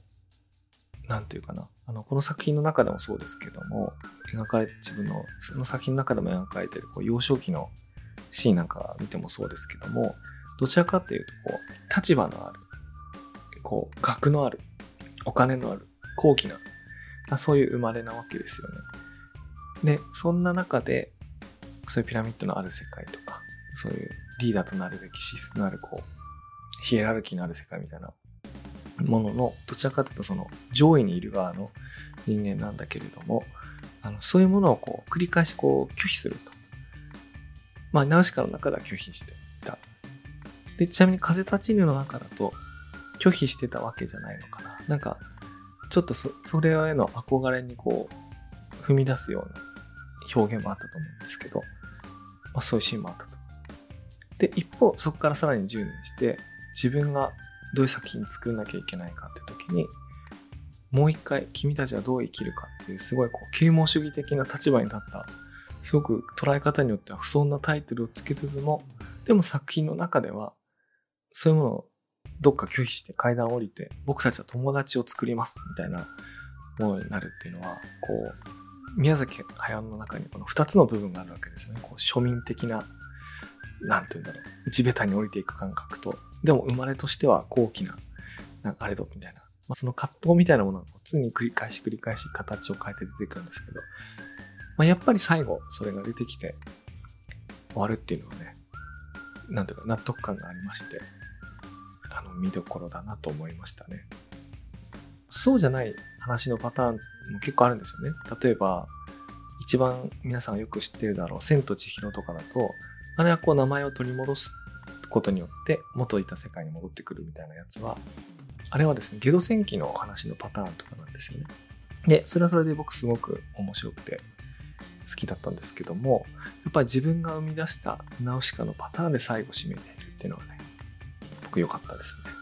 この作品の中でもそうですけども、自分のその作品の中でも描かれている幼少期のシーンなんか見てもそうですけども、どちらかというと立場のある、学のある、お金のある、高貴な、そういう生まれなわけですよね。で、そんな中で、そういうピラミッドのある世界とか、そういうリーダーとなるべき資質のあるヒエラルキーのある世界みたいなものの、どちらかというとその上位にいる側の人間なんだけれども、そういうものを繰り返し拒否すると。ナウシカの中では拒否していた。で、ちなみに風立ちぬの中だと拒否してたわけじゃないのかな。ちょっとそれへの憧れに踏み出すような表現もあったと思うんですけど、そういうシーンもあったと。で、一方、そこからさらに10年して、自分がどういう作品作らなきゃいけないかって時に、もう一回君たちはどう生きるかっていうすごい啓蒙主義的な立場に立った、すごく捉え方によっては不遜なタイトルをつけつつも、でも作品の中ではそういうものをどっか拒否して階段を降りて、僕たちは友達を作りますみたいなものになるっていうのは、宮崎駿の中にこの2つの部分があるわけですよね。庶民的な、地べたに降りていく感覚と、でも生まれとしては高貴な、あれどみたいな、その葛藤みたいなものが常に繰り返し形を変えて出てくるんですけど、やっぱり最後それが出てきて終わるっていうのはね、納得感がありまして、見どころだなと思いましたね。そうじゃない話のパターンも結構あるんですよね。例えば、一番皆さんよく知ってるだろう、千と千尋とかだと、あれは名前を取り戻すことによって元いた世界に戻ってくるみたいなやつは、あれはですね、ゲド戦記の話のパターンとかなんですよね。で、それはそれで僕すごく面白くて好きだったんですけども、やっぱり自分が生み出したナウシカのパターンで最後締めているっていうのはね、僕良かったですね。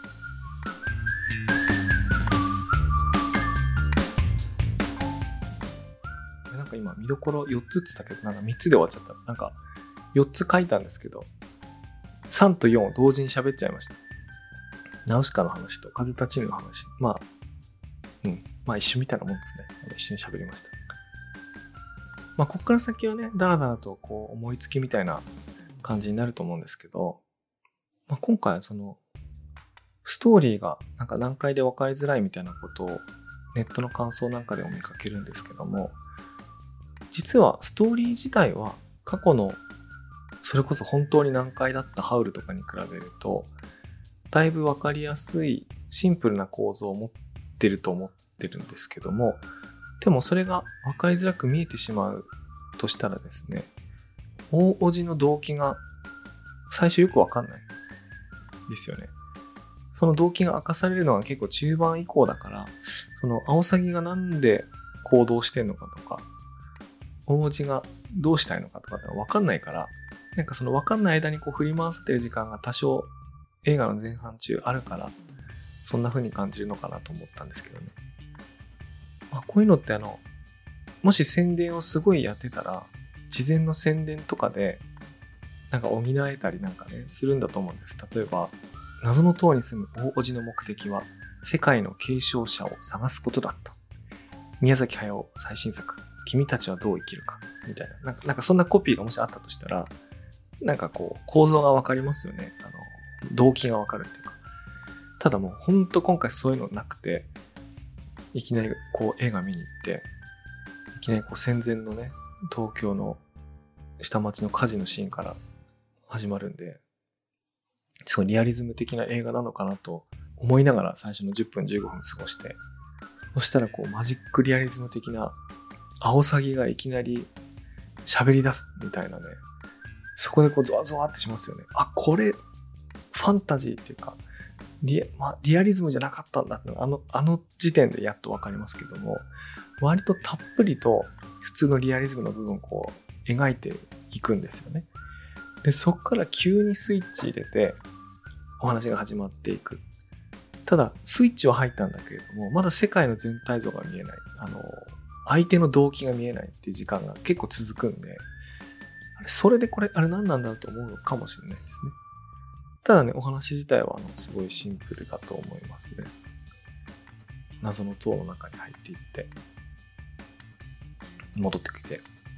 今見どころ4つって言ったけど、3つで終わっちゃった。4つ書いたんですけど、3と4を同時に喋っちゃいました。ナウシカの話と風立ちぬの話。一緒みたいなもんですね。一緒に喋りました。ここから先はね、だらだらと思いつきみたいな感じになると思うんですけど、今回はその、ストーリーが難解で分かりづらいみたいなことをネットの感想なんかでも見かけるんですけども、実はストーリー自体は過去のそれこそ本当に難解だったハウルとかに比べるとだいぶ分かりやすいシンプルな構造を持ってると思ってるんですけども、でもそれが分かりづらく見えてしまうとしたらですね、大叔父の動機が最初よく分かんないですよね。その動機が明かされるのは結構中盤以降だから、そのアオサギがなんで行動してんのかとか、大叔父がどうしたいのかとかって分かんないから、その分かんない間に振り回されてる時間が多少映画の前半中あるから、そんな風に感じるのかなと思ったんですけどね。こういうのってもし宣伝をすごいやってたら、 事前の宣伝とかでなんか補えたりなんかねするんだと思うんです。例えば謎の塔に住む大叔父の目的は世界の継承者を探すことだった。宮崎駿最新作君たちはどう生きるかみたいな、なんかそんなコピーがもしあったとしたら、なんかこう構造がわかりますよね。動機がわかるっていうか。ただもうほんと今回そういうのなくて、いきなりこう映画見に行って、いきなりこう戦前のね、東京の下町の火事のシーンから始まるんで、すごいリアリズム的な映画なのかなと思いながら最初の10分15分過ごして、そしたらこうマジックリアリズム的なアオサギがいきなり喋り出すみたいなね、そこでこうゾワゾワってしますよね。あ、これファンタジーっていうかリアリズムじゃなかったんだってあの時点でやっとわかりますけども、割とたっぷりと普通のリアリズムの部分をこう描いていくんですよね。でそこから急にスイッチ入れてお話が始まっていく。ただスイッチは入ったんだけれども、まだ世界の全体像が見えない、相手の動機が見えないっていう時間が結構続くんで、それでこれあれ何なんだろうと思うのかもしれないですね。ただね、お話自体はすごいシンプルだと思いますね。謎の塔の中に入っていって戻ってきて、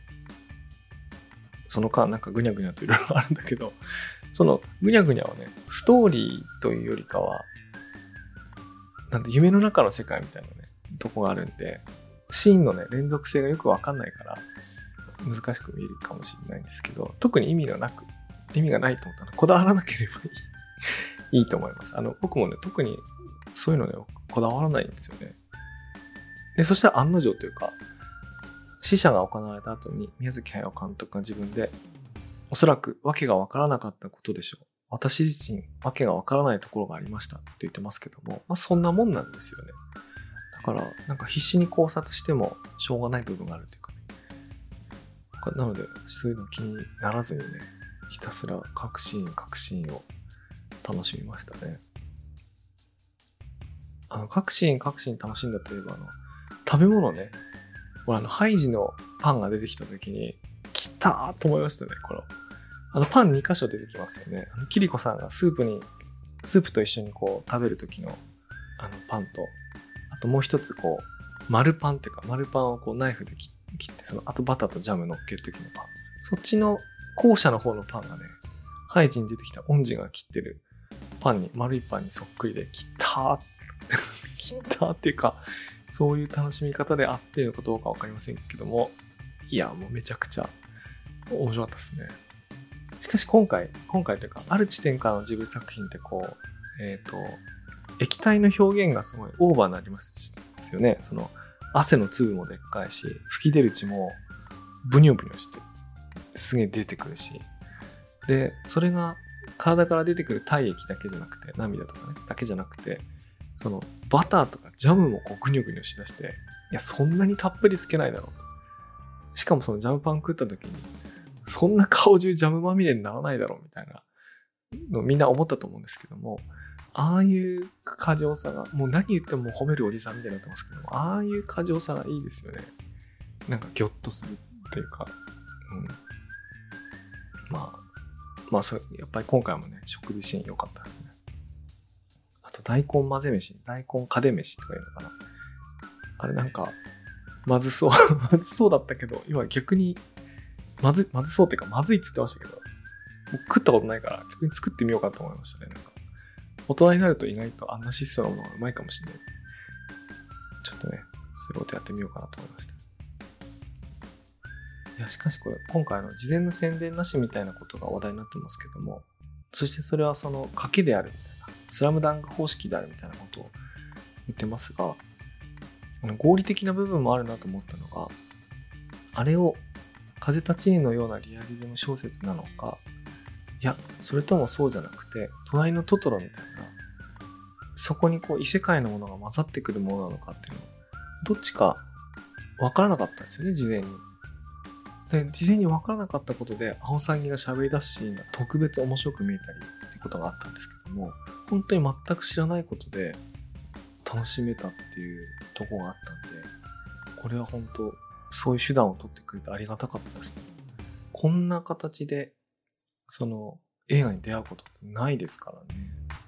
その間なんかぐにゃぐにゃといろいろあるんだけど、そのぐにゃぐにゃはね、ストーリーというよりかはなんて夢の中の世界みたいなねとこがあるんで、シーンのね連続性がよくわかんないから難しく見えるかもしれないんですけど、特に意味がないと思ったらこだわらなければいいと思います。僕もね特にそういうのねこだわらないんですよね。でそしたら案の定というか、試写が行われた後に宮崎駿監督が自分でおそらく訳がわからなかったことでしょう。私自身訳がわからないところがありましたって言ってますけども、そんなもんなんですよね。だからなんか必死に考察してもしょうがない部分があるというかね。なのでそういうの気にならずにね、ひたすら各シーンを楽しみましたね。各シーン楽しんだといえば食べ物ね。ハイジのパンが出てきた時に来たーと思いましたね。パン2箇所出てきますよね。キリコさんがスープと一緒にこう食べる時のパンと、あともう一つこう丸パンっていうか、丸パンをこうナイフで切って、あとバターとジャム乗っける時のパン、そっちの後者の方のパンがね、ハイジに出てきたオンジが切ってるパンに、丸いパンにそっくりで切ったっていうか、そういう楽しみ方で合っているのかどうかわかりませんけども、いやもうめちゃくちゃ面白かったですね。しかし今回というか、ある地点からのジブリ作品ってこう、液体の表現がすごいオーバーになりますよね。汗の粒もでっかいし、吹き出る血もブニョブニョしてすげえ出てくるし、でそれが体から出てくる体液だけじゃなくて、涙とかねだけじゃなくて、バターとかジャムもこうグニョグニョしだして、いやそんなにたっぷりつけないだろうと。しかもジャムパン食った時にそんな顔中ジャムまみれにならないだろうみたいなのみんな思ったと思うんですけども、ああいう過剰さが、もう何言っても褒めるおじさんみたいになってますけども、ああいう過剰さがいいですよね。なんかギョッとするっていうか、そう、やっぱり今回もね、食事シーン良かったですね。あと大根混ぜ飯、大根かで飯とかいうのかな。あれなんか、まずそうだったけど、今逆にまずそうっていうか、まずいって言ってましたけど、食ったことないから逆に作ってみようかと思いましたね。なんか大人になると意外とあんな質素なものがうまいかもしれない。ちょっとね、そういうことやってみようかなと思いました。いや、しかしこれ今回事前の宣伝なしみたいなことが話題になってますけども、そしてそれは賭けであるみたいな、スラムダンク方式であるみたいなことを言ってますが、合理的な部分もあるなと思ったのが、あれを風立ちぬのようなリアリズム小説なのか、いやそれともそうじゃなくて隣のトトロみたいな、そこにこう異世界のものが混ざってくるものなのかっていうのはどっちか分からなかったんですよね、事前に。で事前に分からなかったことでアオサギが喋り出すシーンが特別面白く見えたりってことがあったんですけども、本当に全く知らないことで楽しめたっていうところがあったんで、これは本当そういう手段を取ってくれてありがたかったですね。 こんな形でその映画に出会うことってないですからね。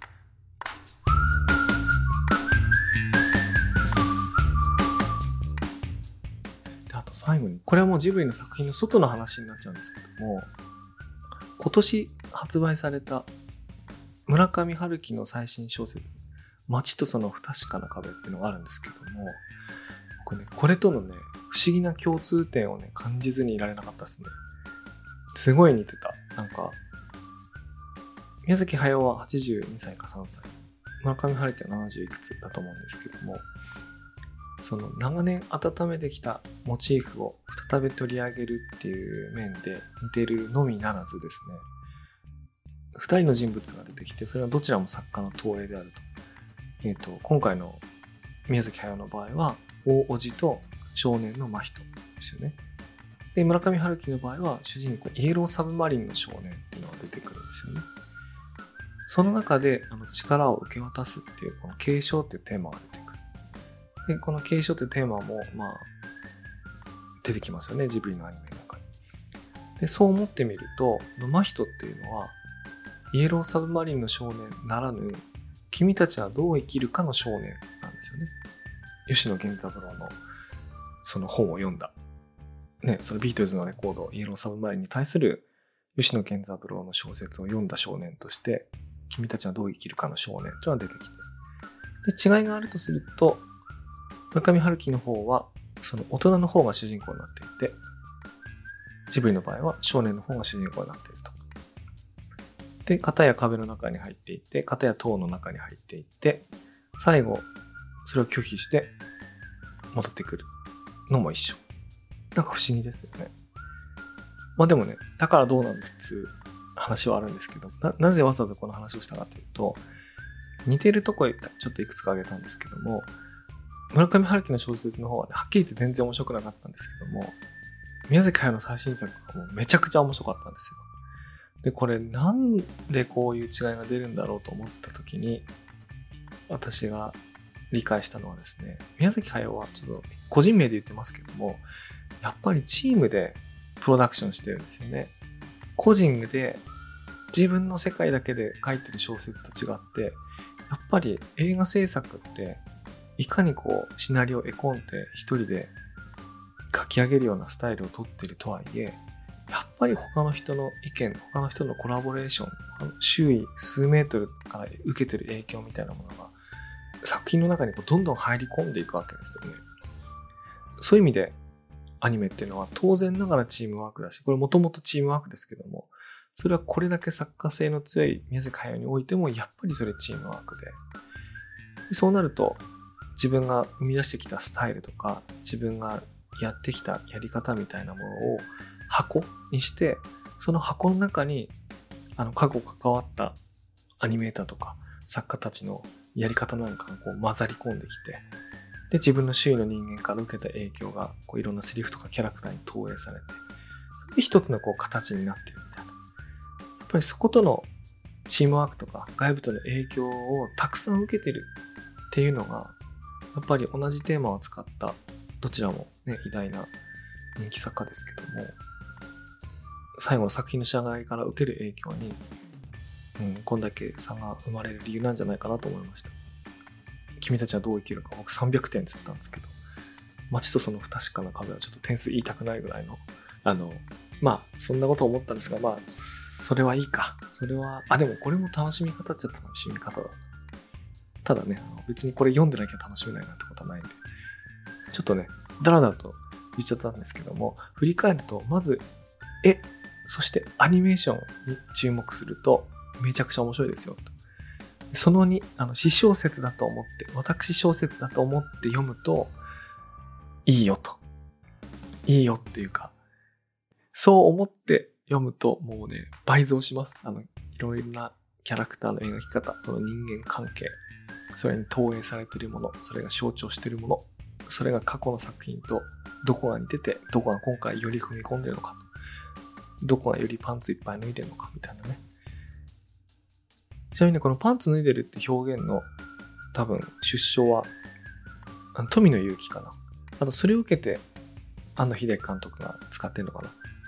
で、あと最後に、これはもうジブリの作品の外の話になっちゃうんですけども、今年発売された村上春樹の最新小説、街とその不確かな壁っていうのがあるんですけども、僕ね、これとのね、不思議な共通点をね、感じずにいられなかったですね。すごい似てた。なんか、宮崎駿は82歳か3歳。村上春樹は70いくつだと思うんですけども、その長年温めてきたモチーフを再び取り上げるっていう面で似てるのみならずですね、二人の人物が出てきて、それはどちらも作家の投影であると。今回の宮崎駿の場合は、大叔父と少年の真人ですよね。で、村上春樹の場合は、主人公イエローサブマリンの少年っていうのが出てくるんですよね。その中で力を受け渡すっていう、この継承っていうテーマが出てくる。で、この継承っていうテーマも、出てきますよね、ジブリのアニメの中に。で、そう思ってみると、真人っていうのは、イエローサブマリンの少年ならぬ、君たちはどう生きるかの少年なんですよね。吉野源三郎のその本を読んだ。ね、そのビートルズのレコード、イエローサブマリンに対する吉野源三郎の小説を読んだ少年として、君たちはどう生きるかの少年というのが出てきて。で、違いがあるとすると、村上春樹の方は、その大人の方が主人公になっていて、ジブリの場合は少年の方が主人公になっていると。で、片や壁の中に入っていって、片や塔の中に入っていって、最後、それを拒否して戻ってくるのも一緒。なんか不思議ですよね。でもね、だからどうなんですっていう話はあるんですけど、なぜわざわざこの話をしたかというと、似てるとこちょっといくつか挙げたんですけども、村上春樹の小説の方はね、はっきり言って全然面白くなかったんですけども、宮崎駿の最新作がもうめちゃくちゃ面白かったんですよ。で、これなんでこういう違いが出るんだろうと思った時に、私が理解したのはですね、宮崎駿はちょっと個人名で言ってますけども、やっぱりチームでプロダクションしてるんですよね。個人で自分の世界だけで書いてる小説と違って、やっぱり映画制作っていかにこうシナリオを絵コンテ一人で書き上げるようなスタイルを取ってるとはいえ、やっぱり他の人の意見、他の人のコラボレーション、周囲数メートルから受けてる影響みたいなものが作品の中にこうどんどん入り込んでいくわけですよね。そういう意味でアニメっていうのは当然ながらチームワークだし、これもともとチームワークですけども、それはこれだけ作家性の強い宮崎駿においてもやっぱりそれチームワークで、そうなると自分が生み出してきたスタイルとか自分がやってきたやり方みたいなものを箱にして、その箱の中に過去関わったアニメーターとか作家たちのやり方なんかがこう混ざり込んできて、で自分の周囲の人間から受けた影響がこういろんなセリフとかキャラクターに投影されて、それで一つのこう形になってるみたいな。やっぱりそことのチームワークとか外部との影響をたくさん受けてるっていうのが、やっぱり同じテーマを使ったどちらもね、偉大な人気作家ですけども、最後の作品の仕上がりから受ける影響に、こんだけ差が生まれる理由なんじゃないかなと思いました。君たちはどう生きるか、僕300点つったんですけど、街とその不確かな壁はちょっと点数言いたくないぐらいの、そんなこと思ったんですが、それはいいか。それは、でもこれも楽しみ方っちゃ楽しみ方だ。ただね、別にこれ読んでなきゃ楽しめないなんてことはないんで、ちょっとね、だらだらと言っちゃったんですけども、振り返ると、まず、そしてアニメーションに注目すると、めちゃくちゃ面白いですよと。その2、私小説だと思って、私小説だと思って読むと、いいよと。いいよっていうか、そう思って読むと、もうね、倍増します。いろいろなキャラクターの描き方、その人間関係、それに投影されているもの、それが象徴しているもの、それが過去の作品とどこが似てて、どこが今回より踏み込んでるのかと、どこがよりパンツいっぱい脱いでるのかみたいなね。ちなみにこのパンツ脱いでるって表現の多分出所は富野悠樹かな。あとそれを受けて庵野秀樹監督が使ってるのかな。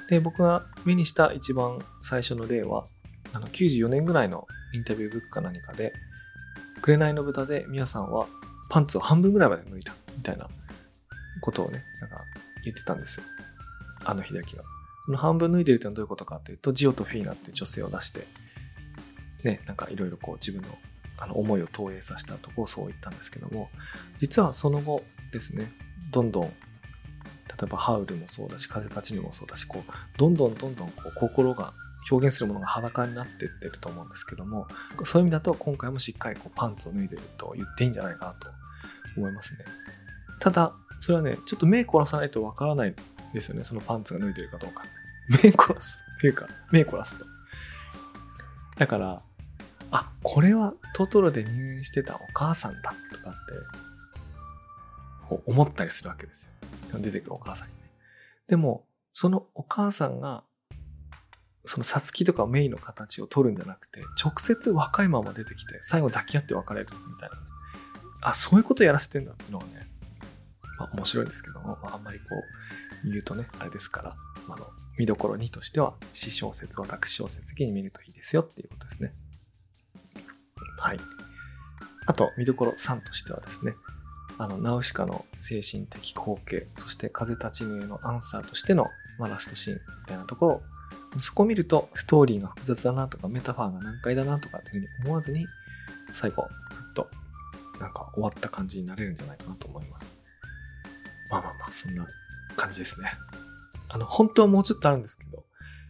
で、僕が目にした一番最初の例は、94年ぐらいのインタビューブックか何かで、紅の豚でミヤさんはパンツを半分ぐらいまで脱いだみたいなことをね、言ってたんですよ。秀明が。その半分脱いでるってのはどういうことかっていうと、ジオとフィーナっていう女性を出して、ね、いろいろ自分の思いを投影させたところをそう言ったんですけども、実はその後ですね、どんどん、例えばハウルもそうだし、風立ちぬもそうだし、どんどん心が表現するものが裸になっていってると思うんですけども、そういう意味だと今回もしっかりパンツを脱いでると言っていいんじゃないかなと思いますね。ただ、それはね、ちょっと目凝らさないとわからないですよね、そのパンツが脱いでるかどうか。目凝らすっていうか、目凝らすと。だから、これはトトロで入院してたお母さんだとかって思ったりするわけですよ。出てくるお母さんにね。でも、そのお母さんが、そのサツキとかメイの形を取るんじゃなくて、直接若いまま出てきて、最後抱き合って別れるみたいなね。そういうことやらせてんだっていうのがね、面白いんですけども、あんまり言うとね、あれですから、見どころ2としては、私小説、私小説的に見るといいですよっていうことですね。はい。あと、見どころ3としてはですね、ナウシカの精神的後継、そして風立ちぬへのアンサーとしての、ラストシーンみたいなところ、そこを見るとストーリーが複雑だなとか、メタファーが難解だなとかっていうふうに思わずに、最後、ふっと、終わった感じになれるんじゃないかなと思います。そんな感じですね。本当はもうちょっとあるんですけど、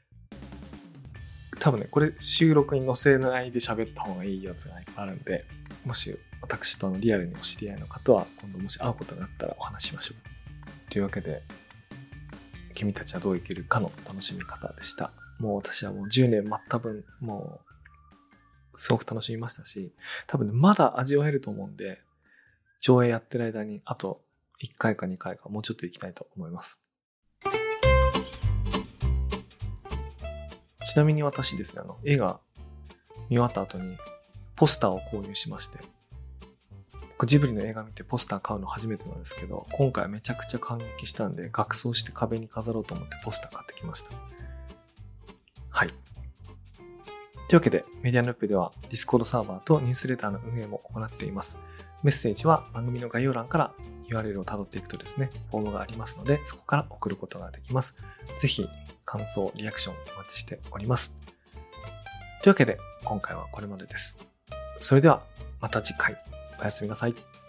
多分ね、これ収録に載せないで喋った方がいいやつがいっぱいあるんで、もし私とリアルにお知り合いの方は、今度もし会うことがあったらお話しましょう。というわけで、君たちはどう生きるかの楽しみ方でした。もう私はもう10年待った分、もう、すごく楽しみましたし、多分ね、まだ味わえると思うんで、上映やってる間に、あと1回か2回かもうちょっと行きたいと思います。ちなみに私ですね、映画見終わった後にポスターを購入しまして、僕ジブリの映画見てポスター買うの初めてなんですけど、今回めちゃくちゃ感激したんで、額装して壁に飾ろうと思ってポスター買ってきました。はい。というわけで、メディアヌップでは Discord サーバーとニュースレターの運営も行っています。メッセージは番組の概要欄から URL をたどっていくとですね、フォームがありますので、そこから送ることができます。ぜひ、感想、リアクションお待ちしております。というわけで、今回はこれまでです。それでは、また次回、おやすみなさい。